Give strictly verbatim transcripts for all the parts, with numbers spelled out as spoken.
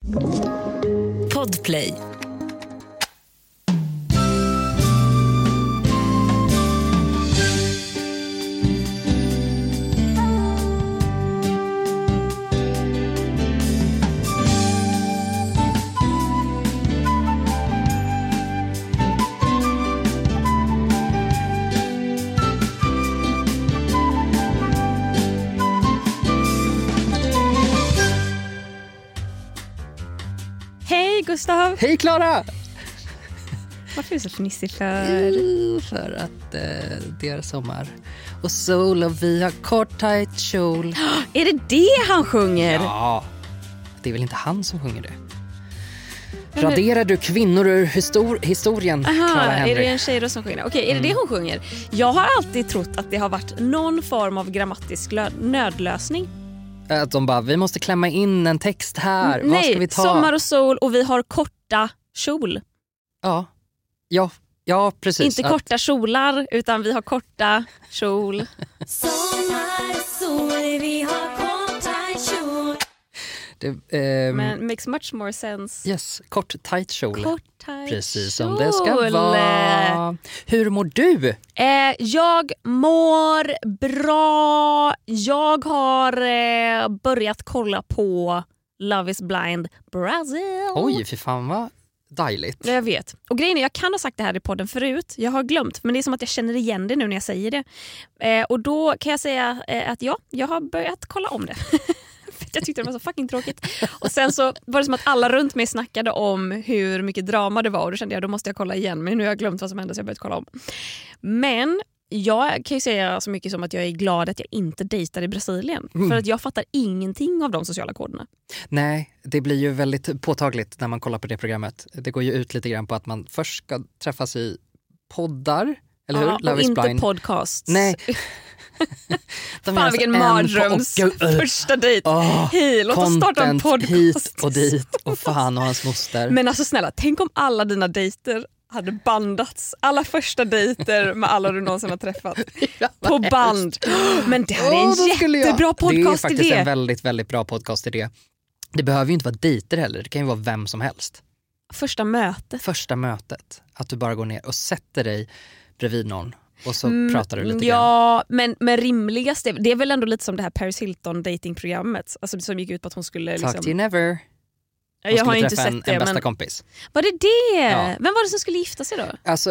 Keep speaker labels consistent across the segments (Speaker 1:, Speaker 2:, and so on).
Speaker 1: Podplay.
Speaker 2: Gustav.
Speaker 3: Hej Klara!
Speaker 2: Varför är du så fnissig för?
Speaker 3: Jo, för att eh, det är sommar. Och sol och vi har kort tajt kjol.
Speaker 2: Är det det han sjunger?
Speaker 3: Ja, det är väl inte han som sjunger det. Raderar du kvinnor ur histor- historien?
Speaker 2: Aha, är det en tjej då som sjunger? Okej, är det mm. det hon sjunger? Jag har alltid trott att det har varit någon form av grammatisk lö- nödlösning.
Speaker 3: Att de bara, vi måste klämma in en text här.
Speaker 2: Nej,
Speaker 3: vad ska vi ta?
Speaker 2: Sommar och sol och vi har korta kjol.
Speaker 3: Ja, ja, ja precis.
Speaker 2: Inte
Speaker 3: att...
Speaker 2: korta kjolar, utan vi har korta kjol.
Speaker 1: Sommar och sol, vi har korta kjol.
Speaker 3: Det, ehm...
Speaker 2: Men makes much more sense.
Speaker 3: Yes, kort tight kjol.
Speaker 2: Kort tight
Speaker 3: Precis
Speaker 2: kjol.
Speaker 3: som det ska vara. Hur mår du?
Speaker 2: Eh, jag mår bra. Jag har eh, börjat kolla på Love is blind Brazil.
Speaker 3: Oj, för fan vad dejligt.
Speaker 2: Jag vet. Och grejen är, jag kan ha sagt det här i podden förut. Jag har glömt, men det är som att jag känner igen det nu när jag säger det. Eh, och då kan jag säga eh, att ja, jag har börjat kolla om det. Jag tyckte det var så fucking tråkigt. Och sen så var det som att alla runt mig snackade om hur mycket drama det var. Och då kände jag, då måste jag kolla igen. Men nu har jag glömt vad som hände så jag börjat kolla om. Men jag kan ju säga så mycket som att jag är glad att jag inte dejtar i Brasilien. Mm. För att jag fattar ingenting av de sociala koderna.
Speaker 3: Nej, det blir ju väldigt påtagligt när man kollar på det programmet. Det går ju ut lite grann på att man först ska träffas i poddar. Eller hur?
Speaker 2: Ja,
Speaker 3: Love
Speaker 2: och
Speaker 3: is
Speaker 2: inte
Speaker 3: blind.
Speaker 2: podcasts.
Speaker 3: Nej.
Speaker 2: Fan vilken mardröms på, oh, första dejt.
Speaker 3: Oh,
Speaker 2: Hej, låt oss starta en podcast.
Speaker 3: Hit och dit och fan och hans moster.
Speaker 2: Men alltså snälla, tänk om alla dina dejter hade bandats. Alla första dejter med alla du någonsin har träffat. På band. Men det här är en oh, jättebra podcastidé.
Speaker 3: Det är faktiskt en väldigt, väldigt bra podcastidé. Det behöver ju inte vara dejter heller. Det kan ju vara vem som helst.
Speaker 2: Första mötet.
Speaker 3: Första mötet. Att du bara går ner och sätter dig bredvid någon. Och så mm, pratar du lite
Speaker 2: ja,
Speaker 3: grann.
Speaker 2: Ja, men, men rimligast är, det är väl ändå lite som det här Paris Hilton datingprogrammet. Alltså som gick ut på att hon skulle liksom...
Speaker 3: Talk to you never. Hon
Speaker 2: jag har inte
Speaker 3: träffa
Speaker 2: sett
Speaker 3: en,
Speaker 2: det,
Speaker 3: en bästa
Speaker 2: men...
Speaker 3: kompis.
Speaker 2: Var det det?
Speaker 3: Ja.
Speaker 2: Vem var det som skulle gifta sig då?
Speaker 3: Alltså...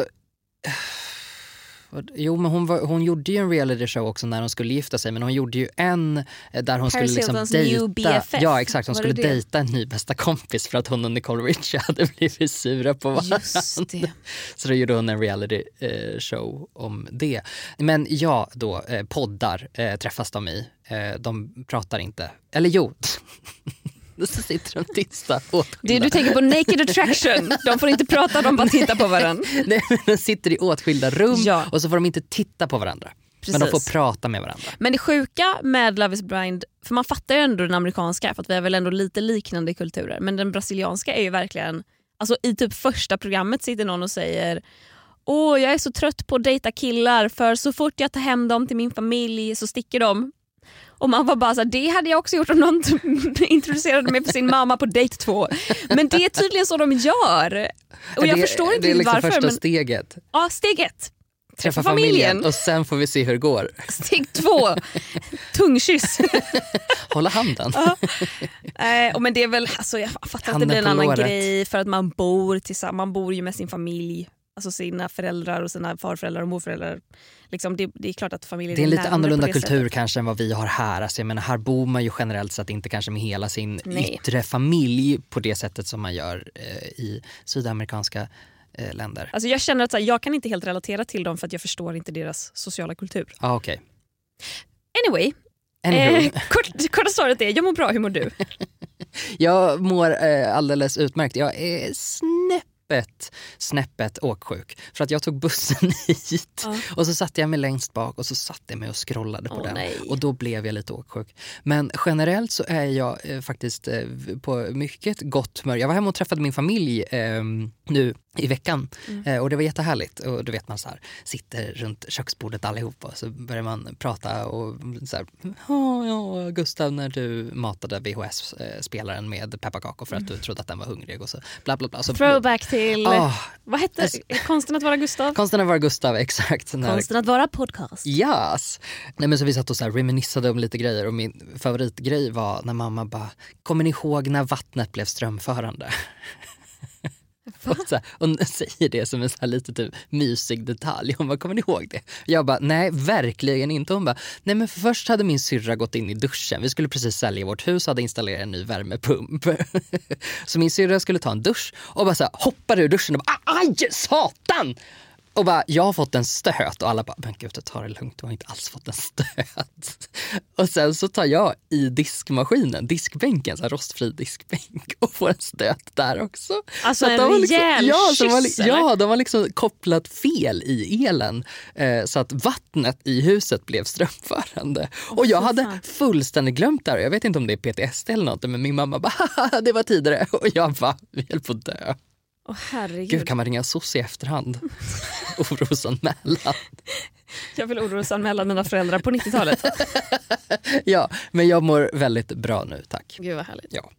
Speaker 3: Jo, men hon, var, hon gjorde ju en reality show också när hon skulle gifta sig. Men hon gjorde ju en där hon
Speaker 2: Paris
Speaker 3: skulle liksom
Speaker 2: Hiltons
Speaker 3: dejta.
Speaker 2: new B F F.
Speaker 3: Ja, exakt. Hon
Speaker 2: var
Speaker 3: skulle dejta en ny bästa kompis för att hon och Nicole Richie hade blivit sura på varandra.
Speaker 2: Just det.
Speaker 3: Så då gjorde hon en reality eh, show om det. Men ja, då eh, poddar eh, träffas de i. Eh, de pratar inte. Eller jo... Så sitter de tysta åtskilda.
Speaker 2: Du tänker på Naked Attraction. De får inte prata, de bara tittar på varandra.
Speaker 3: Nej, men de sitter i åtskilda rum
Speaker 2: ja. Och
Speaker 3: så får de inte titta på varandra. Precis. Men de får prata med varandra.
Speaker 2: Men det sjuka med Love is blind, för man fattar ju ändå den amerikanska, för att vi är väl ändå lite liknande kulturer. Men den brasilianska är ju verkligen, alltså i typ första programmet sitter någon och säger: åh, jag är så trött på att dejta killar, för så fort jag tar hem dem till min familj så sticker de. Och man var bara så här, det hade jag också gjort om någon introducerade mig för sin mamma på dejt två. Men det är tydligen så de gör. Och jag
Speaker 3: det,
Speaker 2: förstår inte
Speaker 3: det är liksom
Speaker 2: varför.
Speaker 3: första
Speaker 2: men...
Speaker 3: steget.
Speaker 2: Ja, steg ett.
Speaker 3: Träffa familjen. familjen och sen får vi se hur det går.
Speaker 2: Steg två. Tungkyss.
Speaker 3: Hålla handen.
Speaker 2: Ja. Äh, men det är väl, alltså, jag fattar att det blir en annan låret. Grej för att man bor tillsammans. Man bor ju med sin familj. Alltså sina föräldrar och sina farföräldrar och morföräldrar. Liksom det, det är klart att familjen
Speaker 3: det är, är lite annorlunda kultur
Speaker 2: sättet.
Speaker 3: Kanske än vad vi har här. Alltså jag menar, här bor man ju generellt sett inte kanske med hela sin
Speaker 2: Nej.
Speaker 3: yttre familj på det sättet som man gör eh, i sydamerikanska eh, länder.
Speaker 2: Alltså jag känner att så här, jag kan inte helt relatera till dem för att jag förstår inte deras sociala kultur.
Speaker 3: Ah, okej. Okay.
Speaker 2: Anyway. Eh, kort, korta svaret är, jag mår bra, hur mår du?
Speaker 3: Jag mår eh, alldeles utmärkt. Jag är snäpp Snäppet, snäppet åksjuk. För att jag tog bussen hit ja. Och så satte jag mig längst bak och så satte jag mig och scrollade på
Speaker 2: oh,
Speaker 3: den.
Speaker 2: Nej.
Speaker 3: Och då blev jag lite åksjuk. Men generellt så är jag eh, faktiskt eh, på mycket gott humör. Jag var hemma och träffade min familj eh, nu i veckan.
Speaker 2: Mm.
Speaker 3: Eh, och det var jättehärligt. Och då vet man så här, sitter runt köksbordet allihopa och så börjar man prata och så här, ja, Gustav, när du matade V H S-spelaren med pepparkakor för att du trodde att den var hungrig och så bla bla bla. Så,
Speaker 2: Throwback till,
Speaker 3: Ah,
Speaker 2: vad hette
Speaker 3: alltså-
Speaker 2: konsten att vara Gustav?
Speaker 3: konsten att vara Gustav, exakt. När,
Speaker 2: Konsten att vara podcast.
Speaker 3: yes. Nej, men så vi satt och så här reminissade om lite grejer och min favoritgrej var när mamma bara, kommer ni ihåg när vattnet blev strömförande? Och, så här, och säger det som en så här lite typ mysig detalj. Hon bara, kommer ni ihåg det? Jag bara, nej, verkligen inte. Hon bara, nej men för först hade min syrra gått in i duschen. Vi skulle precis sälja vårt hus och hade installerat en ny värmepump. Så min syrra skulle ta en dusch och bara så här, hoppade ur duschen och bara, aj, satan! Och bara, jag har fått en stöt. Och alla bara, men gud, ta det lugnt, du har inte alls fått en stöt. Och sen så tar jag i diskmaskinen, diskbänken, så här rostfri diskbänk, och får en stöt där också.
Speaker 2: Alltså
Speaker 3: så
Speaker 2: en
Speaker 3: de var liksom,
Speaker 2: rejäl
Speaker 3: ja, så de var,
Speaker 2: kyss,
Speaker 3: ja,
Speaker 2: eller?
Speaker 3: de har liksom kopplat fel i elen. Eh, så att vattnet i huset blev strömförande.
Speaker 2: Oh,
Speaker 3: och jag
Speaker 2: fy
Speaker 3: hade
Speaker 2: fan.
Speaker 3: fullständigt glömt det här. Jag vet inte om det är P T S D eller något, men min mamma bara, haha, det var tidigare. Och jag bara, vi höll på att dö.
Speaker 2: Åh herregud.
Speaker 3: Gud, kan man ringa S O S i efterhand? Orosanmälan.
Speaker 2: Jag vill orosanmäla mina föräldrar på nittiotalet.
Speaker 3: Ja, men jag mår väldigt bra nu, tack.
Speaker 2: Gud vad härligt.
Speaker 3: Ja.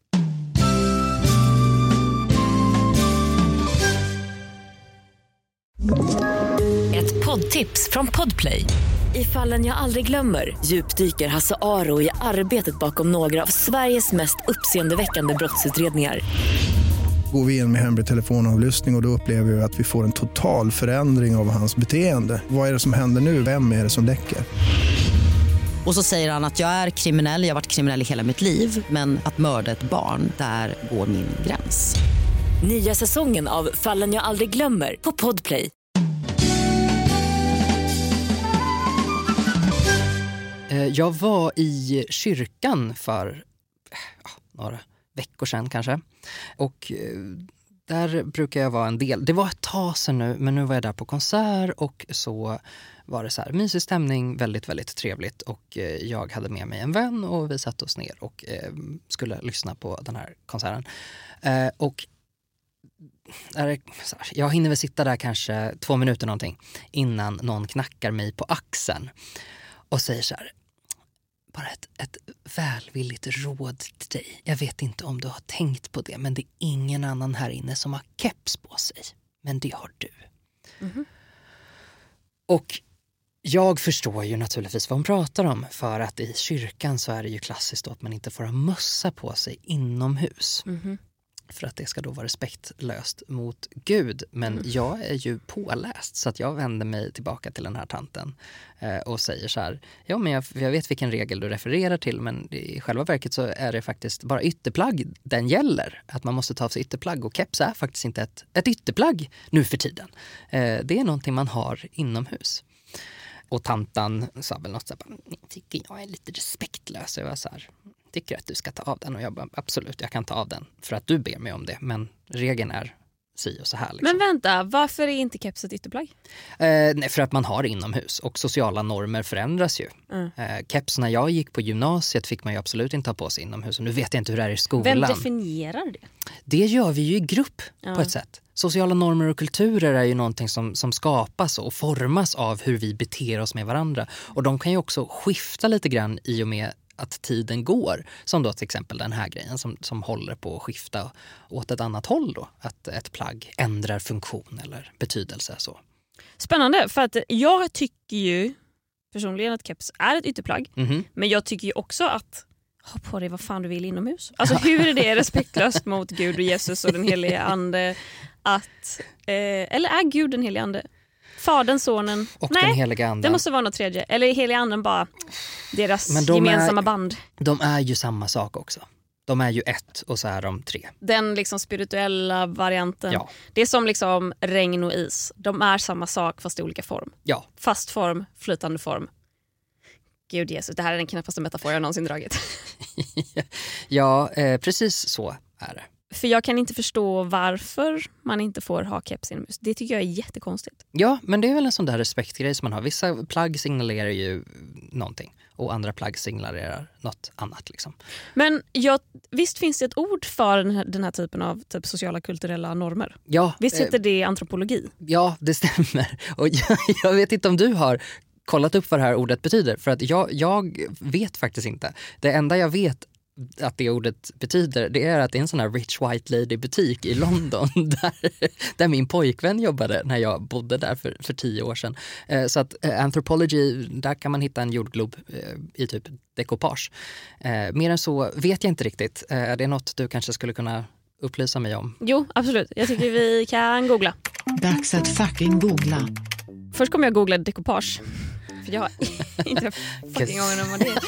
Speaker 4: Ett poddtips från Podplay. I Fallen jag aldrig glömmer djupdyker Hasse Aro i arbetet bakom några av Sveriges mest uppseendeväckande brottsutredningar.
Speaker 5: Går vi in med hemlig telefonavlyssning och, och då upplever vi att vi får en total förändring av hans beteende. Vad är det som händer nu? Vem är det som läcker?
Speaker 6: Och så säger han att jag är kriminell, jag har varit kriminell i hela mitt liv. Men att mörda ett barn, där går min gräns.
Speaker 4: Nya säsongen av Fallen jag aldrig glömmer på Podplay.
Speaker 3: Eh, Jag var i kyrkan för ja, några veckor sedan kanske. Och eh, där brukar jag vara en del. Det var ett tag sedan nu, men nu var jag där på konsert och så var det så här mysig stämning, väldigt, väldigt trevligt. Och eh, jag hade med mig en vän och vi satte oss ner och eh, skulle lyssna på den här konserten. Eh, och är det, så här, jag hinner väl sitta där kanske två minuter någonting innan någon knackar mig på axeln och säger så här, bara ett, ett välvilligt råd till dig. Jag vet inte om du har tänkt på det, men det är ingen annan här inne som har keps på sig. Men det har du.
Speaker 2: Mhm.
Speaker 3: Och jag förstår ju naturligtvis vad hon pratar om, för att i kyrkan så är det ju klassiskt då att man inte får ha mössa på sig inomhus.
Speaker 2: Mhm.
Speaker 3: För att det ska då vara respektlöst mot Gud. Men
Speaker 2: Mm.
Speaker 3: jag är ju påläst så att jag vänder mig tillbaka till den här tanten eh, och säger så här, ja men jag, jag vet vilken regel du refererar till, men i själva verket så är det faktiskt bara ytterplagg den gäller. Att man måste ta av sig ytterplagg, och keps är faktiskt inte ett, ett ytterplagg nu för tiden. Eh, det är någonting man har inomhus. Och tantan sa väl något så här, tycker jag är lite respektlös. Jag var så här, tycker att du ska ta av den? Och jag bara, absolut, jag kan ta av den för att du ber mig om det. Men regeln är si och så här. Liksom.
Speaker 2: Men vänta, varför är inte keps ett ytterplagg?
Speaker 3: Eh, nej, för att man har inomhus och sociala normer förändras ju.
Speaker 2: Mm.
Speaker 3: Eh, keps när jag gick på gymnasiet fick man ju absolut inte ha på sig inomhus. Och nu vet jag inte hur det är i skolan.
Speaker 2: Vem definierar det?
Speaker 3: Det gör vi ju i grupp
Speaker 2: Ja.
Speaker 3: på ett sätt. Sociala normer och kulturer är ju någonting som, som skapas och formas av hur vi beter oss med varandra. Och de kan ju också skifta lite grann i och med att tiden går. Som då till exempel den här grejen som, som håller på att skifta åt ett annat håll då. Att ett plagg ändrar funktion eller betydelse. Så.
Speaker 2: Spännande, för att jag tycker ju personligen att keps är ett ytterplagg.
Speaker 3: Mhm.
Speaker 2: Men jag tycker ju också att ha på dig vad fan du vill inomhus. Alltså hur är det respektlöst mot Gud och Jesus och den helige ande att, eh, eller är Gud den helige ande? Fadern, sonen?
Speaker 3: Och
Speaker 2: Nej,
Speaker 3: den heliga anden.
Speaker 2: det måste vara något tredje. Eller heliga anden bara deras
Speaker 3: Men de
Speaker 2: gemensamma
Speaker 3: är-
Speaker 2: band.
Speaker 3: De är ju samma sak också. De är ju ett och så är de tre.
Speaker 2: Den liksom spirituella varianten.
Speaker 3: Ja.
Speaker 2: Det är som liksom regn och is. De är samma sak fast i olika form.
Speaker 3: Ja,
Speaker 2: Fast form, flytande form. Gud Jesus, det här är den knappaste metafor jag någonsin dragit.
Speaker 3: ja eh, precis så är det.
Speaker 2: För jag kan inte förstå varför man inte får ha keps inomhus. Det tycker jag är jättekonstigt.
Speaker 3: Ja, men det är väl en sån där respektgrej som man har. Vissa plagg signalerar ju någonting och andra plagg signalerar något annat. Liksom.
Speaker 2: Men jag, visst finns det ett ord för den här, den här typen av typ sociala kulturella normer?
Speaker 3: Ja,
Speaker 2: Visst heter det antropologi?
Speaker 3: Ja, det stämmer. Och jag, jag vet inte om du har kollat upp vad det här ordet betyder. För att jag, jag vet faktiskt inte. Det enda jag vet att det ordet betyder, det är att det är en sån här rich white lady butik i London där, där min pojkvän jobbade när jag bodde där för, för tio år sedan. Eh, så att eh, anthropology, där kan man hitta en jordglob eh, i typ decoupage. Eh, mer än så vet jag inte riktigt. Eh, det är något du kanske skulle kunna upplysa mig om.
Speaker 2: Jo, absolut. Jag tycker vi kan googla.
Speaker 7: Dags att fucking googla.
Speaker 2: Först kommer jag googla decoupage. För jag har inte fucking aning om vad det är.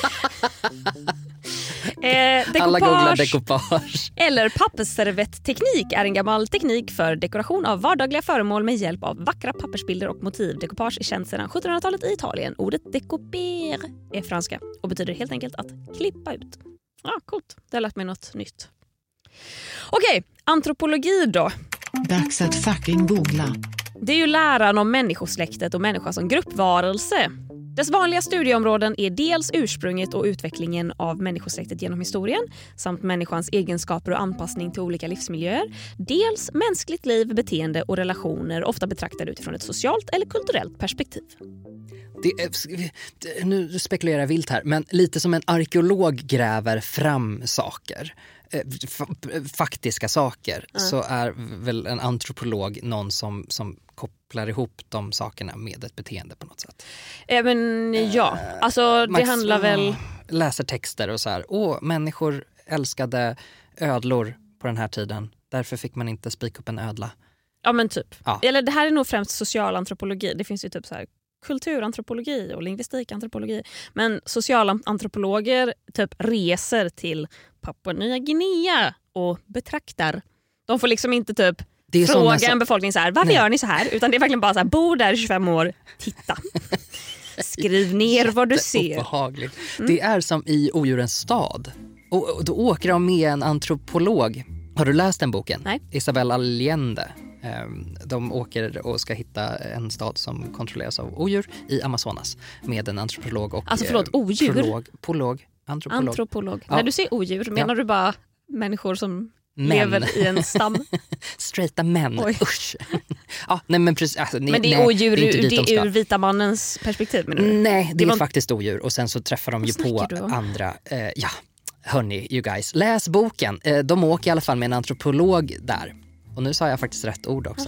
Speaker 2: Eh,
Speaker 3: Alla googlar
Speaker 2: decoupage
Speaker 3: decoupage.
Speaker 2: eller pappersservettteknik är en gammal teknik för dekoration av vardagliga föremål med hjälp av vackra pappersbilder och motiv. Decoupage är känt sedan sjuttonhundratalet i Italien. Ordet decouper är franska och betyder helt enkelt att klippa ut. Ja, ah, coolt. Det har lärt mig något nytt. Okej, antropologi då.
Speaker 7: Dags att fucking googla.
Speaker 2: Det är ju läran om människosläktet och människa som gruppvarelse. Dess vanliga studieområden är dels ursprunget och utvecklingen av människosläktet genom historien samt människans egenskaper och anpassning till olika livsmiljöer. Dels mänskligt liv, beteende och relationer, ofta betraktade utifrån ett socialt eller kulturellt perspektiv.
Speaker 3: Det är, nu spekulerar jag vilt här, men lite som en arkeolog gräver fram saker, faktiska saker, mm. så är väl en antropolog någon som, som kopplar ihop de sakerna med ett beteende på något sätt.
Speaker 2: Eh, men ja, alltså det
Speaker 3: Max,
Speaker 2: handlar väl...
Speaker 3: Åh, läser texter och så här, åh, människor älskade ödlor på den här tiden, därför fick man inte spika upp en ödla.
Speaker 2: Ja men typ.
Speaker 3: Ja.
Speaker 2: Eller det här är nog främst socialantropologi. Det finns ju typ så här kulturantropologi och lingvistikantropologi. Men socialantropologer typ reser till Papua Nya Guinea och betraktar. De får liksom inte typ fråga som... en befolkning så här, varför Nej. gör ni så här? Utan det är verkligen bara så här, bo där i tjugofem år, titta. Skriv ner vad du ser.
Speaker 3: Obehagligt. Mm. Det är som i Odjurens stad. Och, och då åker de med en antropolog. Har du läst den boken?
Speaker 2: Nej.
Speaker 3: Isabel Allende. De åker och ska hitta en stad som kontrolleras av odjur i Amazonas med en antropolog och...
Speaker 2: Alltså förlåt, odjur?
Speaker 3: Prolog, polog, antropolog.
Speaker 2: Antropolog. Ja.
Speaker 3: Ja.
Speaker 2: När du säger odjur, menar ja. du bara människor som män. lever i en stam?
Speaker 3: Straighta män, Oj. usch. Ja, nej, men, precis, alltså, nej,
Speaker 2: men det är
Speaker 3: nej,
Speaker 2: odjur
Speaker 3: det är,
Speaker 2: det
Speaker 3: de
Speaker 2: är ur vita mannens perspektiv, menar du?
Speaker 3: Nej, det,
Speaker 2: det
Speaker 3: är
Speaker 2: var...
Speaker 3: faktiskt odjur och sen så träffar de ju på
Speaker 2: du?
Speaker 3: andra... Eh, ja, hörni, you guys, läs boken. Eh, de åker i alla fall med en antropolog där. Och nu sa jag faktiskt rätt ord också.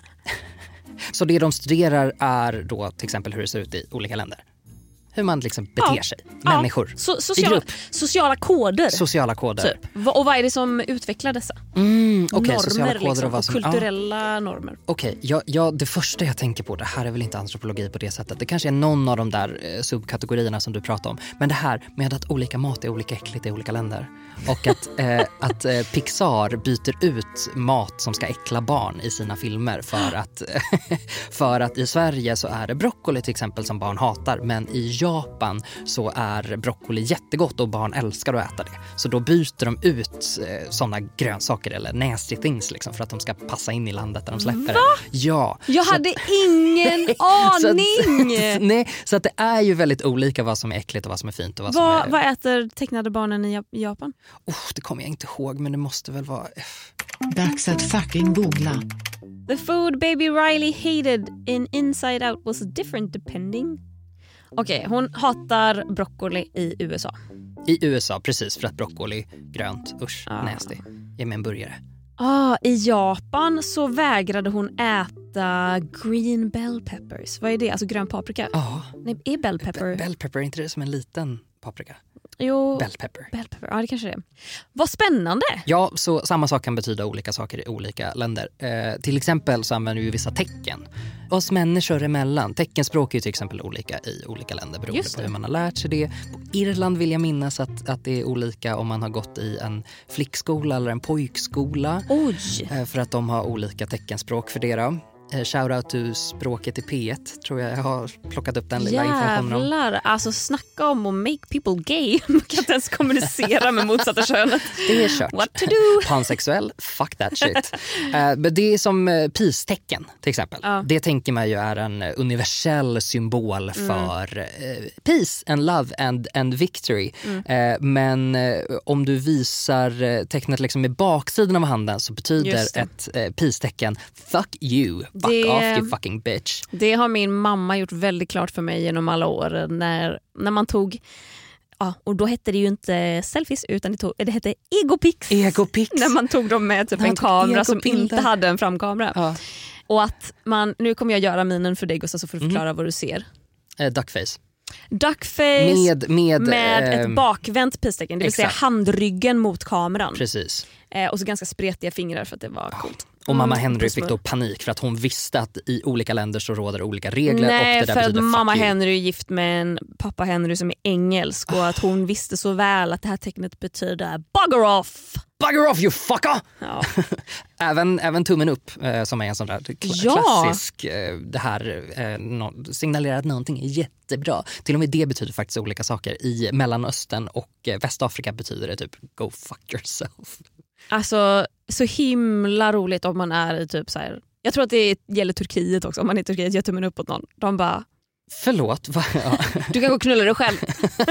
Speaker 3: Så det de studerar är då till exempel hur det ser ut i olika länder. Hur man liksom beter ja. sig. Människor.
Speaker 2: Ja. So- social-
Speaker 3: I grupp.
Speaker 2: Sociala koder.
Speaker 3: Sociala koder.
Speaker 2: Typ. Och vad är det som utvecklar dessa?
Speaker 3: Mm, okay,
Speaker 2: normer
Speaker 3: sociala koder
Speaker 2: liksom,
Speaker 3: och, vad
Speaker 2: och
Speaker 3: som,
Speaker 2: kulturella
Speaker 3: ja.
Speaker 2: normer.
Speaker 3: Okej, okay, ja, ja, det första jag tänker på, det här är väl inte antropologi på det sättet. Det kanske är någon av de där eh, subkategorierna som du pratar om. Men det här med att olika mat är olika äckligt i olika länder. Och att, eh, att eh, Pixar byter ut mat som ska äckla barn i sina filmer för att, för att i Sverige så är det broccoli till exempel som barn hatar. Men i Japan så är broccoli jättegott och barn älskar att äta det. Så då byter de ut eh, sådana grönsaker eller nasty things liksom, för att de ska passa in i landet där de släpper
Speaker 2: Va?
Speaker 3: det. Ja.
Speaker 2: Jag
Speaker 3: så
Speaker 2: hade
Speaker 3: att,
Speaker 2: ingen aning!
Speaker 3: Så att, nej, så att det är ju väldigt olika vad som är äckligt och vad som är fint. Och vad,
Speaker 2: vad,
Speaker 3: som är...
Speaker 2: vad äter tecknade barnen i Japan?
Speaker 3: Oh, det kommer jag inte ihåg, men det måste väl vara...
Speaker 7: Dags att fucking googla.
Speaker 2: The food baby Riley hated in Inside Out was different depending... Okej, okay, hon hatar broccoli i U S A.
Speaker 3: I U S A, precis, för att broccoli, grönt, usch, ah. nasty. Ge mig en burgare.
Speaker 2: Ah, i Japan så vägrade hon äta green bell peppers. Vad är det? Alltså grön paprika?
Speaker 3: Ja. Ah.
Speaker 2: Nej, är bell pepper...
Speaker 3: Be- bell pepper, är inte det som en liten paprika?
Speaker 2: Jo,
Speaker 3: bell pepper.
Speaker 2: Bell pepper. Ja, det kanske det är. Vad spännande!
Speaker 3: Ja, så samma sak kan betyda olika saker i olika länder. Eh, till exempel så använder vi vissa tecken. Oss människor emellan. Teckenspråk är ju till exempel olika i olika länder beroende på hur man har lärt sig det. På Irland vill jag minnas att, att det är olika om man har gått i en flickskola eller en pojkskola.
Speaker 2: Oj!
Speaker 3: Eh, för att de har olika teckenspråk för det då. Eh, shoutout to språket i P ett, tror jag jag har plockat upp den lilla informationen om.
Speaker 2: Jävlar, alltså snacka om att make people gay. Man kan inte ens kommunicera med motsatta könet.
Speaker 3: Det är kört.
Speaker 2: What to do?
Speaker 3: Pansexuell, fuck that shit. uh, men det är som uh, peace-tecken till exempel.
Speaker 2: Ja.
Speaker 3: Det tänker man ju är en universell symbol för uh, peace and love and, and victory.
Speaker 2: Mm.
Speaker 3: Uh, men uh, om du visar uh, tecknet liksom i baksidan av handen så betyder ett uh, peace-tecken fuck you, fuck
Speaker 2: Det-
Speaker 3: off you fucking bitch.
Speaker 2: Det har min mamma gjort väldigt klart för mig genom alla år när, när man tog, ja, och då hette det ju inte selfies utan det, tog, det hette egopics.
Speaker 3: Egopics.
Speaker 2: När man tog dem med typ
Speaker 3: När man
Speaker 2: en
Speaker 3: tog
Speaker 2: kamera som
Speaker 3: egobilder.
Speaker 2: inte hade en framkamera.
Speaker 3: Ja.
Speaker 2: Och att man, nu kommer jag göra minen för dig Gustav så får du förklara vad du ser.
Speaker 3: Uh, duckface.
Speaker 2: Duckface
Speaker 3: Med, med,
Speaker 2: med
Speaker 3: eh,
Speaker 2: ett bakvänt peace-tecken, det vill säga
Speaker 3: exakt.
Speaker 2: handryggen mot kameran.
Speaker 3: Precis.
Speaker 2: Eh, och så ganska spretiga fingrar för att det var coolt.
Speaker 3: Och mamma
Speaker 2: Mm,
Speaker 3: Henry
Speaker 2: puss
Speaker 3: fick
Speaker 2: med.
Speaker 3: då panik för att hon visste att i olika länder så råder olika regler.
Speaker 2: Nej,
Speaker 3: och det där
Speaker 2: för att
Speaker 3: betyder
Speaker 2: mamma
Speaker 3: fuck you.
Speaker 2: Henry är gift med en pappa Henry som är engelsk och att hon visste så väl att det här tecknet betyder bugger off.
Speaker 3: Bugger off you fucker!
Speaker 2: Ja.
Speaker 3: Även, även tummen upp eh, som är en sån där kla-
Speaker 2: Ja.
Speaker 3: klassisk, eh, det här eh, no, signalerar att någonting är jättebra. Till och med det betyder faktiskt olika saker. I Mellanöstern och eh, Västafrika betyder det typ go fuck yourself.
Speaker 2: Alltså så himla roligt om man är i typ så här. Jag tror att det gäller Turkiet också. Om man är i Turkiet gör tummen upp åt någon. De bara,
Speaker 3: Förlåt, va? Ja.
Speaker 2: du kan gå och knulla dig själv.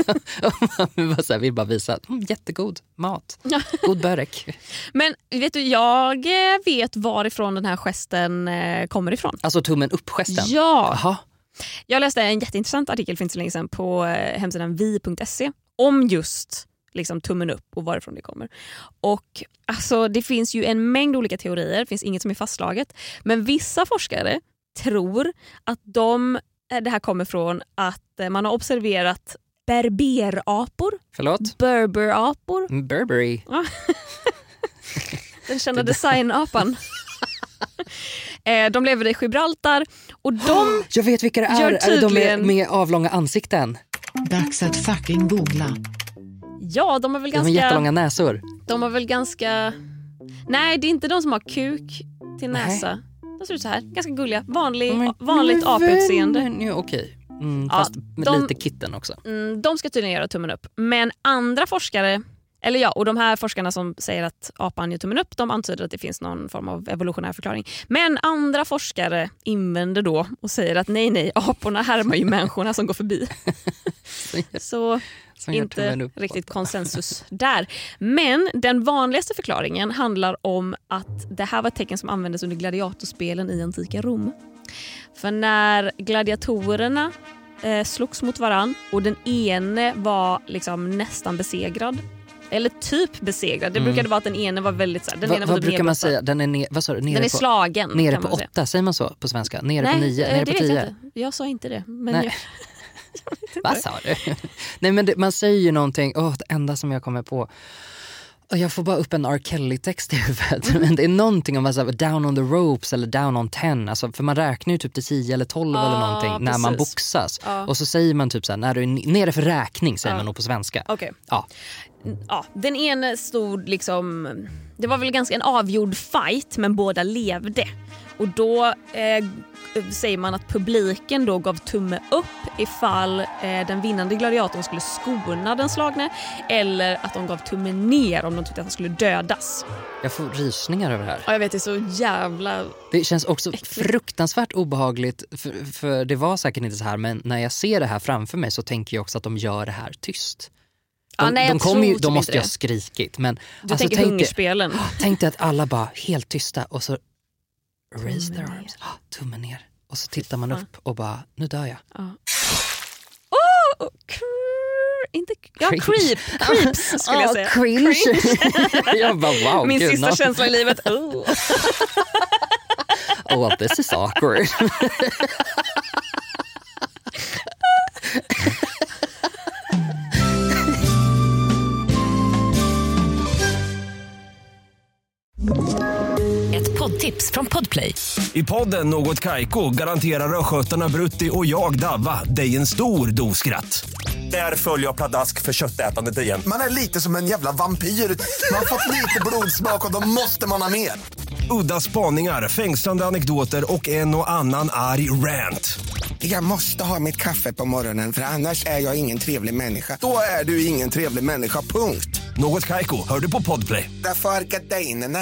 Speaker 3: Man bara så här, vill bara visa mm, jättegod mat, god börek.
Speaker 2: Men vet du, jag vet varifrån den här gesten eh, kommer ifrån.
Speaker 3: Alltså tummen upp-gesten.
Speaker 2: Ja,
Speaker 3: Jaha.
Speaker 2: jag läste en jätteintressant artikel för inte så länge sedan på eh, hemsidan vi punkt se om just liksom tummen upp och varifrån det kommer. Och alltså, det finns ju en mängd olika teorier, det finns inget som är fastslaget. Men vissa forskare tror att de, det här kommer från att eh, man har observerat berberapor,
Speaker 3: Förlåt?
Speaker 2: berberapor,
Speaker 3: Burberry.
Speaker 2: den kända designapan. eh, de lever i Gibraltar och de
Speaker 3: Jag vet vilka det är.
Speaker 2: Gör
Speaker 3: Är det de med,
Speaker 2: tydligen-
Speaker 3: med avlånga ansikten?
Speaker 7: Dags att fucking googla.
Speaker 2: ja, de har väl
Speaker 3: De har
Speaker 2: ganska
Speaker 3: jättelånga näsor.
Speaker 2: de har väl ganska nej, det är inte de som har kuk till
Speaker 3: Nej.
Speaker 2: näsa. De ser ut så här, ganska gulliga, vanlig,
Speaker 3: Men-
Speaker 2: vanligt
Speaker 3: men
Speaker 2: aputseende.
Speaker 3: vän- Ja, okej. Mm,
Speaker 2: Ja,
Speaker 3: fast med
Speaker 2: de-
Speaker 3: lite kitten också.
Speaker 2: Mm, de ska tydligen göra tummen upp. Men andra forskare, eller ja, och de här forskarna som säger att apan gör tummen upp, de antyder att det finns någon form av evolutionär förklaring. Men andra forskare invänder då och säger att nej, nej, aporna härmar ju människorna som går förbi. Så
Speaker 3: Som gör tummen
Speaker 2: inte
Speaker 3: upp.
Speaker 2: riktigt konsensus där. Men den vanligaste förklaringen handlar om att det här var ett tecken som användes under gladiatorspelen i antika Rom. För när gladiatorerna eh, slogs mot varann och den ene var liksom nästan besegrad, eller typ besegrad. Det
Speaker 3: Mm.
Speaker 2: brukade vara att den ene var väldigt så här, den
Speaker 3: Va,
Speaker 2: ena var
Speaker 3: vad
Speaker 2: typ
Speaker 3: brukar man
Speaker 2: nedbrottad.
Speaker 3: säga? Den är, ne- vad sa du? Nere
Speaker 2: Den är
Speaker 3: på,
Speaker 2: slagen.
Speaker 3: nere
Speaker 2: kan
Speaker 3: på
Speaker 2: man säga.
Speaker 3: åtta, säger man så på svenska? Nere
Speaker 2: Nej,
Speaker 3: på nio?
Speaker 2: eh,
Speaker 3: Nere
Speaker 2: det
Speaker 3: på
Speaker 2: vet jag
Speaker 3: tio?
Speaker 2: inte. Jag sa inte det. Men
Speaker 3: Nej.
Speaker 2: jag,
Speaker 3: Vad sa du? Nej, men det, man säger ju någonting, åh, det enda som jag kommer på. Och jag får bara upp en R. Kelly-text i huvudet. Men det är någonting om alltså, down on the ropes eller down on ten. Alltså, för man räknar ju typ till tio eller tolv
Speaker 2: Ja,
Speaker 3: eller någonting när man
Speaker 2: precis.
Speaker 3: boxas.
Speaker 2: Ja.
Speaker 3: Och så säger man typ så här, när du är n- nere för räkning säger
Speaker 2: Ja.
Speaker 3: man nog på svenska.
Speaker 2: Okej.
Speaker 3: Ja.
Speaker 2: Ja, den ene stod liksom, det var väl ganska en avgjord fight, men båda levde. Och då eh, säger man att publiken då gav tumme upp ifall eh, den vinnande gladiatorn skulle skona den slagne, eller att de gav tumme ner om de tyckte att han skulle dödas.
Speaker 3: Jag får rysningar över det här.
Speaker 2: Ja, jag vet, det är så jävla...
Speaker 3: Det känns också fruktansvärt obehagligt, för, för det var säkert inte så här, men när jag ser det här framför mig så tänker jag också att de gör det här tyst. De,
Speaker 2: Ja, nej, jag
Speaker 3: de, kommer
Speaker 2: tror
Speaker 3: ju,
Speaker 2: typ
Speaker 3: de måste
Speaker 2: inte
Speaker 3: ju ha
Speaker 2: det.
Speaker 3: skrikit. Men,
Speaker 2: Du
Speaker 3: alltså,
Speaker 2: tänker
Speaker 3: tänk dig-
Speaker 2: hungerspelen.
Speaker 3: Tänk dig att alla bara helt tysta och så raise their
Speaker 2: ner.
Speaker 3: arms, ah, tummen ner. Och så tittar man upp och bara, nu dör jag.
Speaker 2: Ja. Oh, cr- inte, ja,
Speaker 3: Cringe.
Speaker 2: creep, creeps skulle jag
Speaker 3: Ah,
Speaker 2: säga.
Speaker 3: cringe. jag bara, wow,
Speaker 2: Min
Speaker 3: gud,
Speaker 2: sista
Speaker 3: no.
Speaker 2: känsla i livet. Oh.
Speaker 3: Oh, well, this is awkward.
Speaker 4: Ett poddtips från Podplay.
Speaker 8: I podden Något Kaiko garanterar östgötarna Brutti och jag Davva dig en stor dos skratt. Där följer jag pladask för köttätandet igen.
Speaker 9: Man är lite som en jävla vampyr. Man har fått lite blodsmak och då måste man ha mer.
Speaker 8: Udda spaningar, fängslande anekdoter och en och annan arg rant.
Speaker 9: Jag måste ha mitt kaffe på morgonen för annars är jag ingen trevlig människa. Då är du ingen trevlig människa, punkt.
Speaker 8: Något Kaiko, hör du på Podplay.
Speaker 9: Därför är gardinerna.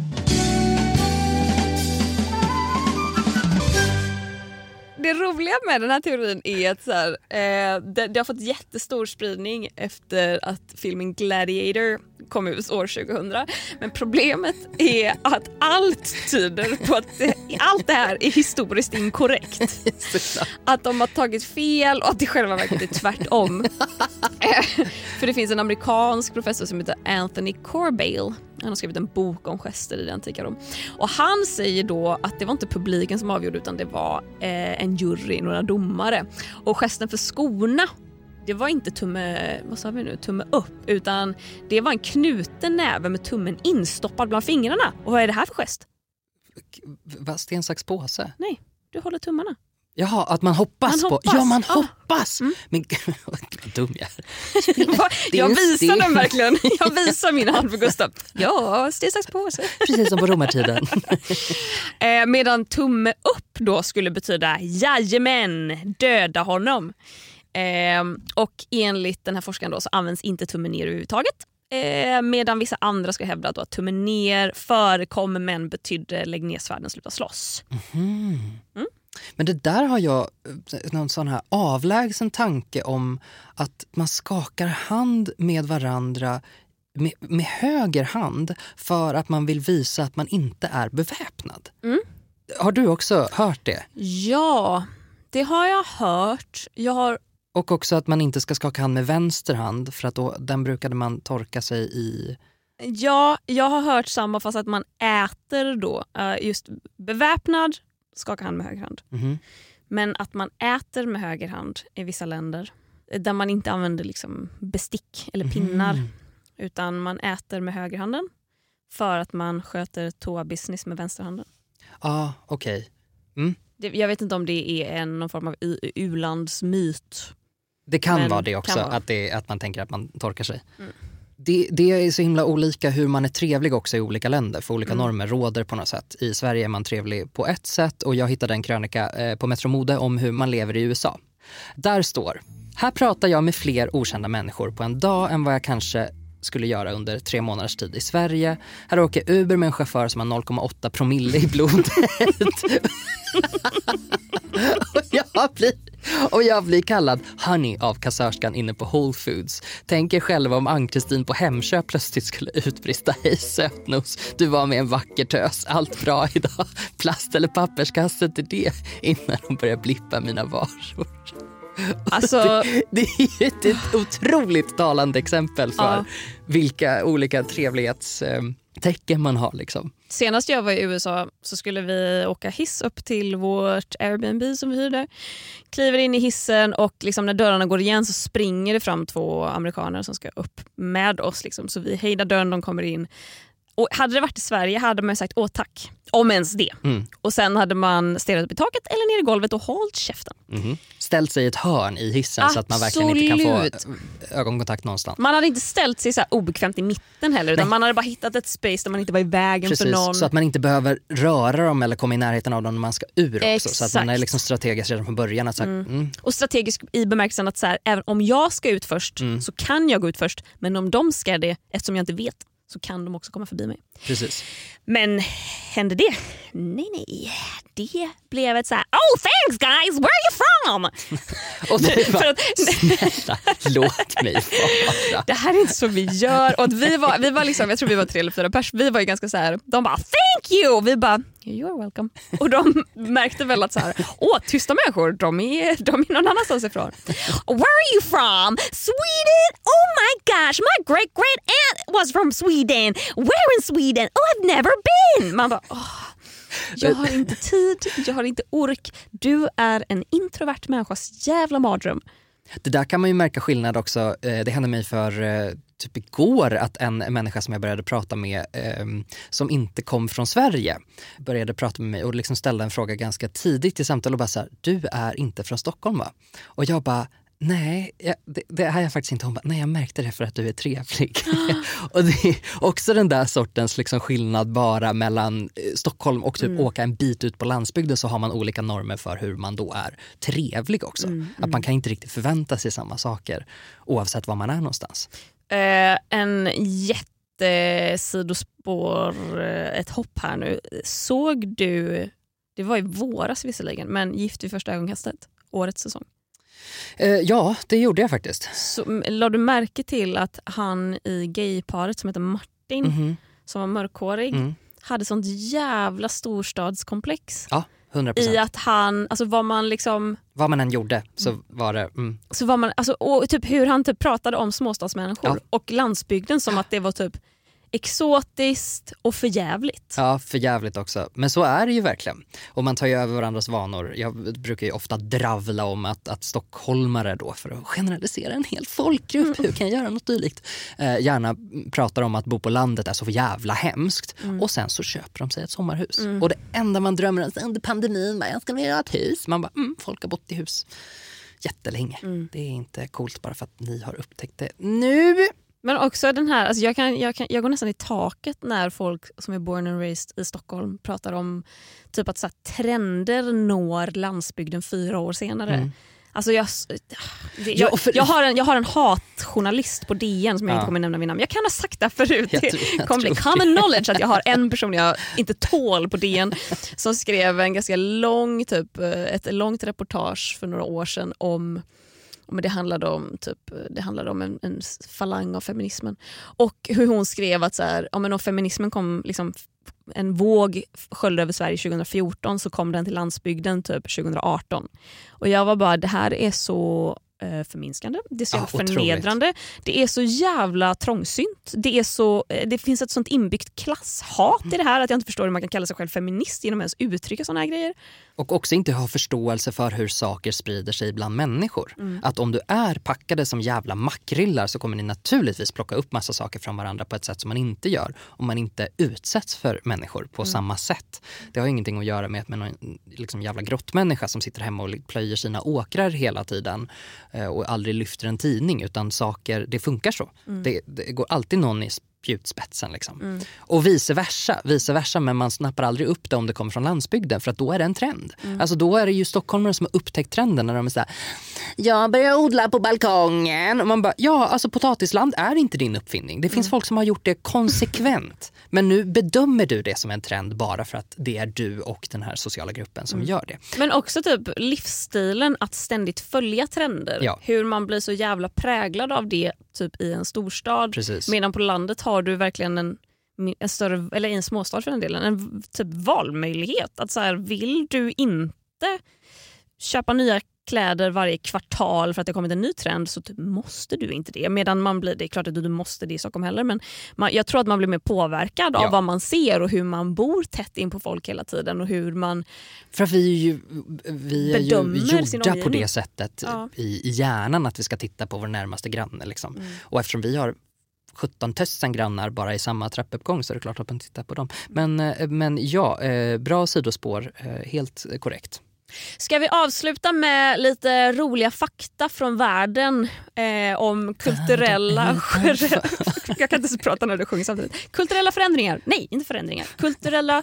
Speaker 2: Det roliga med den här teorin är att så här, eh, det, det har fått jättestor spridning efter att filmen Gladiator kom ut år tjugohundra. Men problemet är att allt tyder på att det, allt det här är historiskt inkorrekt. Att de har tagit fel och att det själva verket är tvärtom. eh, för det finns en amerikansk professor som heter Anthony Corbale. Han har skrivit en bok om gester i det antika Rom. Och han säger då att det var inte publiken som avgjorde utan det var eh, en jury, några domare. Och gesten för skorna, det var inte tumme, vad sa vi nu, tumme upp, utan det var en knuten näve med tummen instoppad bland fingrarna. Och vad är det här för gest?
Speaker 3: Vad, sten, sax, påse?
Speaker 2: Nej, du håller tummarna.
Speaker 3: Jaha, att man hoppas,
Speaker 2: man hoppas
Speaker 3: på... Ja, man
Speaker 2: ah.
Speaker 3: hoppas!
Speaker 2: Mm.
Speaker 3: Men vad dum jag är.
Speaker 2: Jag visar den verkligen. Jag visar min hand för Gustav. Ja, sten, sax, påse.
Speaker 3: Precis som på romartiden.
Speaker 2: eh, medan tumme upp då skulle betyda jajamän, döda honom. Eh, och enligt den här forskaren då så används inte tummen ner överhuvudtaget. Eh, medan vissa andra ska hävda då att tummen ner förekommer men betydde lägg ner svärden, sluta slåss.
Speaker 3: Mm.
Speaker 2: Mm.
Speaker 3: Men det där har jag någon sån här avlägsen tanke om att man skakar hand med varandra med, med höger hand för att man vill visa att man inte är beväpnad.
Speaker 2: Mm.
Speaker 3: Har du också hört det?
Speaker 2: Ja, det har jag hört. Jag har...
Speaker 3: Och också att man inte ska skaka hand med vänster hand för att då, den brukade man torka sig i...
Speaker 2: Ja, jag har hört samma fast att man äter då. Uh, just beväpnad, skaka hand med höger hand.
Speaker 3: Mm-hmm.
Speaker 2: Men att man äter med höger hand i vissa länder där man inte använder liksom bestick eller pinnar. Mm. Utan man äter med högerhanden för att man sköter toa-business med vänsterhanden.
Speaker 3: Ja, ah, okej. Okay. Mm.
Speaker 2: Jag vet inte om det är en, någon form av u-landsmyt.
Speaker 3: Det kan
Speaker 2: Men
Speaker 3: vara det också,
Speaker 2: vara.
Speaker 3: Att, det, att man tänker att man torkar sig.
Speaker 2: Mm.
Speaker 3: Det, det är så himla olika hur man är trevlig också i olika länder. För olika
Speaker 2: mm.
Speaker 3: normer råder på något sätt. I Sverige är man trevlig på ett sätt och jag hittade en krönika eh, på Metro Mode om hur man lever i U S A. Där står, här pratar jag med fler okända människor på en dag än vad jag kanske skulle göra under tre månaders tid i Sverige. Här åker Uber med en chaufför som har noll komma åtta promille i blodet. och, jag blir, och jag blir kallad honey av kassörskan inne på Whole Foods. Tänker själva om Ann-Kristin på Hemköp plötsligt skulle utbrista. Hej sötnos, du var med en vacker tös. Allt bra idag. Plast- eller papperskasse till det innan de börjar blippa mina varor.
Speaker 2: Alltså...
Speaker 3: det, det är ett, ett otroligt talande exempel för
Speaker 2: ja.
Speaker 3: vilka olika trevlighetstecken man har. Liksom.
Speaker 2: Senast jag var i U S A så skulle vi åka hiss upp till vårt Airbnb som vi hyrde. Kliver in i hissen och liksom när dörrarna går igen så springer det fram två amerikaner som ska upp med oss. Liksom. Så vi hejdar dörren, de kommer in. Och hade det varit i Sverige hade man sagt åh tack, om ens det. Mm. Och sen hade man stirrat upp i taket eller ner i golvet och hållit käften.
Speaker 3: Mm. Ställt sig i ett hörn i hissen. Absolut. Så att man verkligen inte kan få ögonkontakt någonstans.
Speaker 2: Man hade inte ställt sig så här obekvämt i mitten heller. Utan man hade bara hittat ett space där man inte var i vägen. Precis, för någon.
Speaker 3: Så att man inte behöver röra dem eller komma i närheten av dem när man ska ur också.
Speaker 2: Exakt.
Speaker 3: Så att man är liksom strategisk redan från början. Att så här,
Speaker 2: mm.
Speaker 3: Mm.
Speaker 2: Och strategisk i bemärkelsen att så här, även om jag ska ut först mm. så kan jag gå ut först. Men om de ska det, eftersom jag inte vet, så kan de också komma förbi mig.
Speaker 3: Precis.
Speaker 2: Men hände det? Nej, nej. Det blev ett så här, oh thanks guys, where are you from?
Speaker 3: Och det var, att, snälla, låt mig vara.
Speaker 2: Det här är inte så vi gör. Och att vi var, vi var liksom, jag tror vi var tre eller fyra pers. Vi var ju ganska så här, de bara, thank you! Och vi bara, you're welcome. Och de märkte väl att så här, åh, tysta människor, de är, de är någon annanstans ifrån. Where are you from? Sweden? Oh my gosh, my great great aunt was from Sweden. Where in Sweden? Oh, I've never been. Man bara, åh. Jag har inte tid, jag har inte ork. Du är en introvert människas jävla mardröm.
Speaker 3: Det där kan man ju märka skillnad också. Det hände mig för typ igår att en människa som jag började prata med som inte kom från Sverige började prata med mig och liksom ställde en fråga ganska tidigt i samtalet och bara så här, du är inte från Stockholm va? Och jag bara, Nej, jag, det, det har jag faktiskt inte. Hon bara, nej jag märkte det för att du är trevlig. Och det är också den där sortens liksom skillnad bara mellan Stockholm och typ mm. åka en bit ut på landsbygden, så har man olika normer för hur man då är trevlig också. Mm, mm. Att man kan inte riktigt förvänta sig samma saker oavsett var man är någonstans.
Speaker 2: Eh, en jättesidospår, ett hopp här nu. Såg du, det var i våras visserligen, men Gift vid första ögonkastet, årets säsong?
Speaker 3: Eh, ja, det gjorde jag faktiskt.
Speaker 2: Så, lade du märke till att han i gayparet som heter Martin, mm-hmm. som var mörkhårig, mm. hade sånt jävla storstadskomplex?
Speaker 3: Ja, hundra procent.
Speaker 2: I att han, alltså vad man liksom...
Speaker 3: Vad man än gjorde så var det... Mm.
Speaker 2: Så var man, alltså, och typ hur han typ pratade om småstadsmänniskor ja. och landsbygden som att det var typ exotiskt och förjävligt.
Speaker 3: Ja, förjävligt också. Men så är det ju verkligen. Och man tar ju över varandras vanor. Jag brukar ju ofta dravla om att, att stockholmare då, för att generalisera en hel folkgrupp, mm. hur kan jag göra något dylikt? Eh, gärna pratar om att bo på landet är så jävla hemskt. Mm. Och sen så köper de sig ett sommarhus. Mm. Och det enda man drömmer om under pandemin var jag ska vilja ha ett hus. Man bara, mm, folk har bott i hus jättelänge. Mm. Det är inte coolt bara för att ni har upptäckt det nu.
Speaker 2: Men också den här, alltså jag, kan, jag, kan, jag går nästan i taket när folk som är born and raised i Stockholm pratar om typ att så här, trender når landsbygden fyra år senare. Mm. Alltså jag, det, jag, jag, har en, jag har en hatjournalist på D N som jag ja. inte kommer nämna vid namn. Jag kan ha sagt det förut. Jag tror, jag det kommer bli common knowledge att jag har en person jag inte tål på D N som skrev en ganska lång, typ, ett långt reportage för några år sedan om Men det handlade om, typ, det handlade om en, en falang av feminismen. Och hur hon skrev att så här, ja, men om feminismen kom, liksom, en våg sköljde över Sverige tjugo fjorton, så kom den till landsbygden typ tjugo arton. Och jag var bara, det här är så eh, förminskande. Det är så
Speaker 3: ja,
Speaker 2: förnedrande.
Speaker 3: Otroligt.
Speaker 2: Det är så jävla trångsynt. Det, är så, det finns ett sånt inbyggt klasshat i det här att jag inte förstår hur man kan kalla sig själv feminist genom att ens uttrycka såna här grejer.
Speaker 3: Och också inte ha förståelse för hur saker sprider sig bland människor. Mm. Att om du är packade som jävla makrillar så kommer ni naturligtvis plocka upp massa saker från varandra på ett sätt som man inte gör om man inte utsätts för människor på mm. samma sätt. Det har ingenting att göra med att man är en liksom jävla grottmänniska som sitter hemma och plöjer sina åkrar hela tiden och aldrig lyfter en tidning, utan saker, det funkar så. Mm. Det, det går alltid någon i spjutspetsen liksom. Mm. Och vice versa, vice versa, men man snappar aldrig upp det om det kommer från landsbygden, för att då är det en trend. Mm. Alltså då är det ju stockholmare som har upptäckt trenden när de är så här, jag börjar odla på balkongen. Och man bara, ja, alltså potatisland är inte din uppfinning. Det finns mm. folk som har gjort det konsekvent. Men nu bedömer du det som en trend bara för att det är du och den här sociala gruppen som mm. gör det.
Speaker 2: Men också typ livsstilen att ständigt följa trender.
Speaker 3: Ja. Hur
Speaker 2: man blir så jävla präglad av det typ i en storstad.
Speaker 3: Precis.
Speaker 2: Medan på landet har du verkligen en, en större, eller i en småstad för den delen, en typ valmöjlighet. Att så här, vill du inte köpa nya kläder varje kvartal för att det har kommit en ny trend, så typ måste du inte det. Medan man blir, det är klart att du, du måste det i Stockholm heller, men man, jag tror att man blir mer påverkad ja. av vad man ser och hur man bor tätt in på folk hela tiden och hur man
Speaker 3: för att vi är ju, vi är ju gjorda på det sättet ja. i, i hjärnan att vi ska titta på vår närmaste granne liksom. Mm. Och eftersom vi har sjutton tusen grannar bara i samma trappuppgång så är det klart att man tittar på dem. Men, men ja, bra sidospår, helt korrekt.
Speaker 2: Ska vi avsluta med lite roliga fakta från världen eh, om kulturella... Jag kan inte så prata när du sjunger samtidigt. Kulturella förändringar. Nej, inte förändringar. Kulturella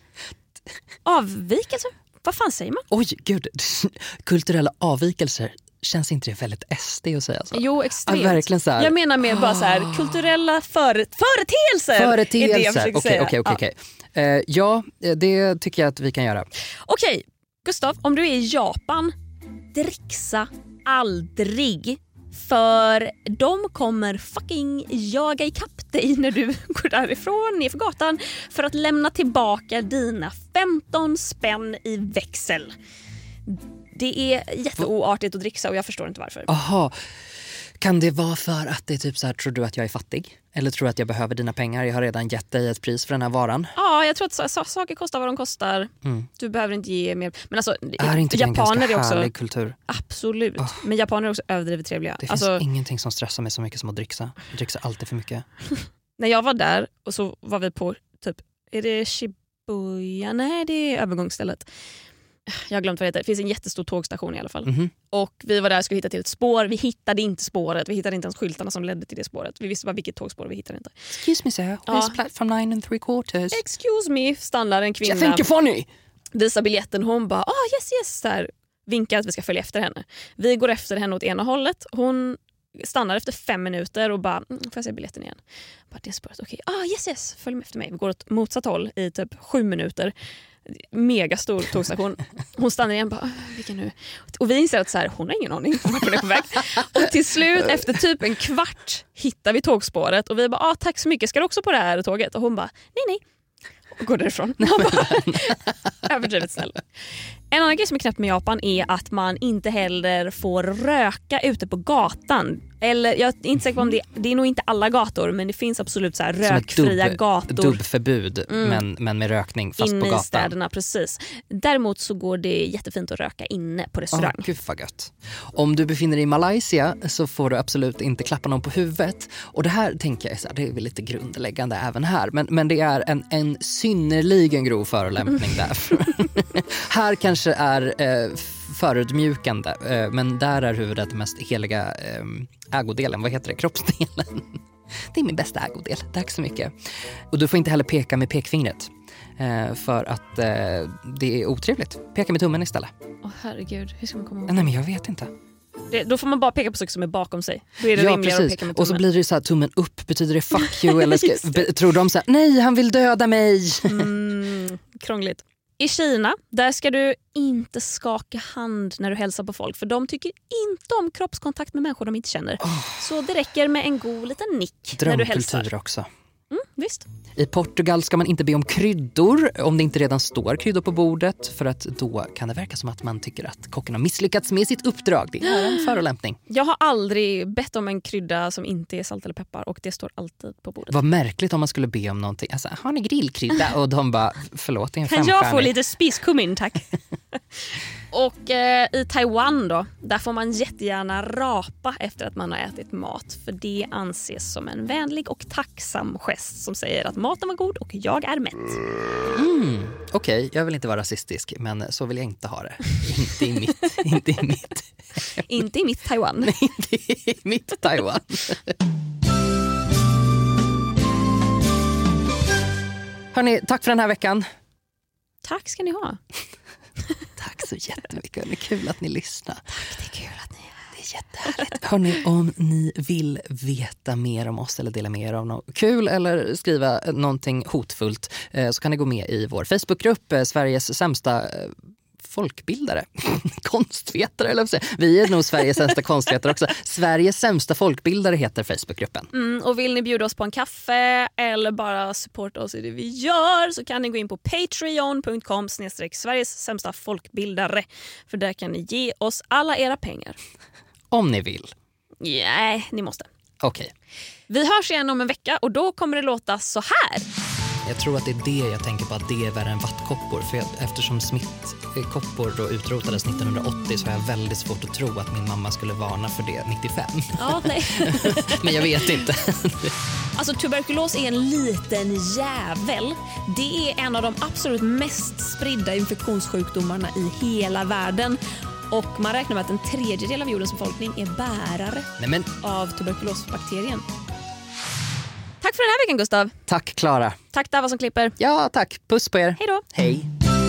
Speaker 2: avvikelser. Vad fan säger man?
Speaker 3: Oj, gud. Kulturella avvikelser. Känns inte det väldigt S D att säga så?
Speaker 2: Jo, extremt.
Speaker 3: Ja, verkligen så här.
Speaker 2: Jag menar mer bara så här, kulturella före, företeelser.
Speaker 3: Företeelser. Okej, okej, okej. Ja, det tycker jag att vi kan göra.
Speaker 2: Okej. Okay. Gustav, om du är i Japan, dricksa aldrig. För de kommer fucking jaga ikapp dig när du går därifrån ner för gatan för att lämna tillbaka dina femton spänn i växel. Det är jätteoartigt att dricksa och jag förstår inte varför.
Speaker 3: Aha. Kan det vara för att det är typ så här, tror du att jag är fattig? Eller tror du att jag behöver dina pengar? Jag har redan gett dig ett pris för den här varan.
Speaker 2: Ja, jag tror att så, saker kostar vad de kostar. Mm. Du behöver inte ge mer. Men alltså,
Speaker 3: är inte japaner är också härlig kultur?
Speaker 2: Absolut. Oh. Men japaner är också överdrivet trevliga.
Speaker 3: Det
Speaker 2: alltså,
Speaker 3: finns ingenting som stressar mig så mycket som att dricksa. Jag dricksar alltid för mycket.
Speaker 2: När jag var där och så var vi på typ, är det Shibuya? Nej, det är övergångsstället. Jag har glömt vad det heter. Det finns en jättestor tågstation i alla fall.
Speaker 3: Mm-hmm.
Speaker 2: Och vi var där och skulle hitta till ett spår. Vi hittade inte spåret. Vi hittade inte ens skyltarna som ledde till det spåret. Vi visste bara vilket tågspår, vi hittade inte.
Speaker 3: Excuse me sir, where's
Speaker 2: Ja.
Speaker 3: platform nine and three quarters?
Speaker 2: Excuse me, stannar en kvinna.
Speaker 3: I think you're funny.
Speaker 2: Visar biljetten. Hon bara, ah yes yes. Så här, vinkar att vi ska följa efter henne. Vi går efter henne åt ena hållet. Hon stannar efter fem minuter och bara, mm, får jag se biljetten igen? Bara, det är spåret, okej. Okay. Ah yes yes, följ med efter mig. Vi går åt motsatt håll i typ sju minuter. Megastor tågstation. Hon stannar igen och bara, vilken nu? Och vi inser att så här, hon har ingen aning om vart hon är på väg. Och till slut, efter typ en kvart, hittar vi tågspåret. Och vi bara, ah, tack så mycket, ska du också på det här tåget? Och hon bara, nej nej. Och går därifrån. Överdrivet snäll. En annan grej som är knäppt med Japan är att man inte heller får röka ute på gatan. Eller jag är inte säker på om det, det är nog inte alla gator, men det finns absolut så här rökfria
Speaker 3: dubb,
Speaker 2: gator.
Speaker 3: Dubbförbud, mm. men, men med rökning fast
Speaker 2: inne
Speaker 3: på gatan.
Speaker 2: I städerna, precis. Däremot så går det jättefint att röka inne på restaurang.
Speaker 3: Oh, gud vad gött. Om du befinner dig i Malaysia så får du absolut inte klappa någon på huvudet. Och det här tänker jag, så här, det är väl lite grundläggande även här. Men, men det är en, en synnerligen grov förolämpning där. Här kanske är eh, förödmjukande, eh, men där är huvudet den mest heliga eh, ägodelen. Vad heter det? Kroppsdelen. Det är min bästa ägodel. Tack så mycket. Och du får inte heller peka med pekfingret. Eh, för att eh, det är otrevligt. Peka med tummen istället.
Speaker 2: Åh oh, herregud, hur ska man komma ihåg?
Speaker 3: Nej men jag vet inte.
Speaker 2: Det, då får man bara peka på saker som är bakom sig. Då är det
Speaker 3: ja,
Speaker 2: rimligare
Speaker 3: precis.
Speaker 2: att peka med tummen.
Speaker 3: Och så blir det så här, tummen upp, betyder det fuck you? Eller ska, be, tror de så här, nej han vill döda mig.
Speaker 2: Mm, krångligt. I Kina, där ska du inte skaka hand när du hälsar på folk. För de tycker inte om kroppskontakt med människor de inte känner. Oh. Så det räcker med en god liten nick när du hälsar.
Speaker 3: Drömkultur också.
Speaker 2: Mm, visst.
Speaker 3: I Portugal ska man inte be om kryddor om det inte redan står kryddor på bordet. För att då kan det verka som att man tycker att kocken har misslyckats med sitt uppdrag. Det är en förolämpning.
Speaker 2: Jag har aldrig bett om en krydda som inte är salt eller peppar. Och det står alltid på bordet.
Speaker 3: Vad märkligt om man skulle be om någonting. Alltså, har ni grillkrydda? Och de bara, förlåt, det är en
Speaker 2: kan
Speaker 3: femstjärnig.
Speaker 2: jag få lite spiskummin, tack. Och eh, i Taiwan då, där får man jättegärna rapa efter att man har ätit mat. För det anses som en vänlig och tacksam gest som säger att maten var god och jag är mätt.
Speaker 3: Mm, Okej, okay. Jag vill inte vara rasistisk, men så vill jag inte ha det. Inte i mitt. inte i mitt.
Speaker 2: Inte i mitt Taiwan.
Speaker 3: Nej, inte i mitt Taiwan. Hörrni, tack för den här veckan.
Speaker 2: Tack ska ni ha.
Speaker 3: Tack så jättemycket. Det är kul att ni lyssnar.
Speaker 2: Tack, det är kul att ni är.
Speaker 3: Det är jättehärligt. Hörrni, om ni vill veta mer om oss eller dela med er av något kul eller skriva någonting hotfullt så kan ni gå med i vår Facebookgrupp Sveriges sämsta folkbildare. Konstvetare eller vad säger. Vi är nog Sveriges sämsta konstvetare också. Sveriges sämsta folkbildare heter Facebookgruppen.
Speaker 2: Mm, och vill ni bjuda oss på en kaffe eller bara supporta oss i det vi gör så kan ni gå in på patreon punkt com snedstreck Sveriges sämsta folkbildare. För där kan ni ge oss alla era pengar.
Speaker 3: Om ni vill.
Speaker 2: Nej, ni måste.
Speaker 3: Okej. Okay.
Speaker 2: Vi hörs igen om en vecka och då kommer det låta så här.
Speaker 3: Jag tror att det är det jag tänker på, att det är värre än vattkoppor. För jag, eftersom smittkoppor då utrotades nittonhundraåttio så har jag väldigt svårt att tro att min mamma skulle varna för det nittiofem.
Speaker 2: Ja, nej.
Speaker 3: Men jag vet inte.
Speaker 2: Alltså tuberkulos är en liten jävel. Det är en av de absolut mest spridda infektionssjukdomarna i hela världen. Och man räknar med att en tredjedel av jordens befolkning är bärare
Speaker 3: nej, men...
Speaker 2: av tuberkulosbakterien. Tack för den här veckan, Gustav.
Speaker 3: Tack, Klara.
Speaker 2: Tack, Dava som klipper.
Speaker 3: Ja, tack. Puss på er.
Speaker 2: Hej då.
Speaker 3: Hej.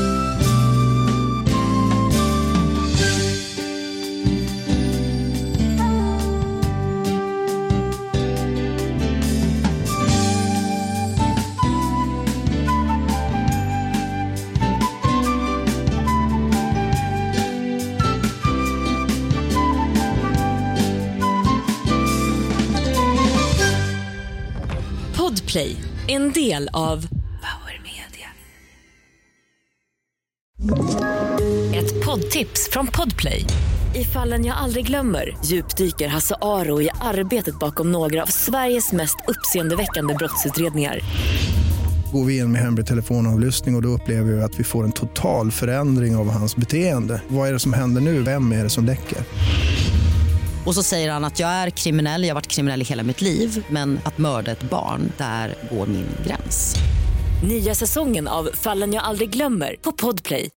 Speaker 4: Podplay, en del av Power Media. Ett poddtips från Podplay. I Fallen jag aldrig glömmer djupdyker Hasse Aro i arbetet bakom några av Sveriges mest uppseendeväckande brottsutredningar.
Speaker 5: Går vi in med hemlig telefonavlyssning och, och då upplever vi att vi får en total förändring av hans beteende. Vad är det som händer nu? Vem är det som läcker?
Speaker 6: Och så säger han att jag är kriminell, jag har varit kriminell i hela mitt liv. Men att mörda ett barn, där går min gräns.
Speaker 4: Nya säsongen av Fallen jag aldrig glömmer på Podplay.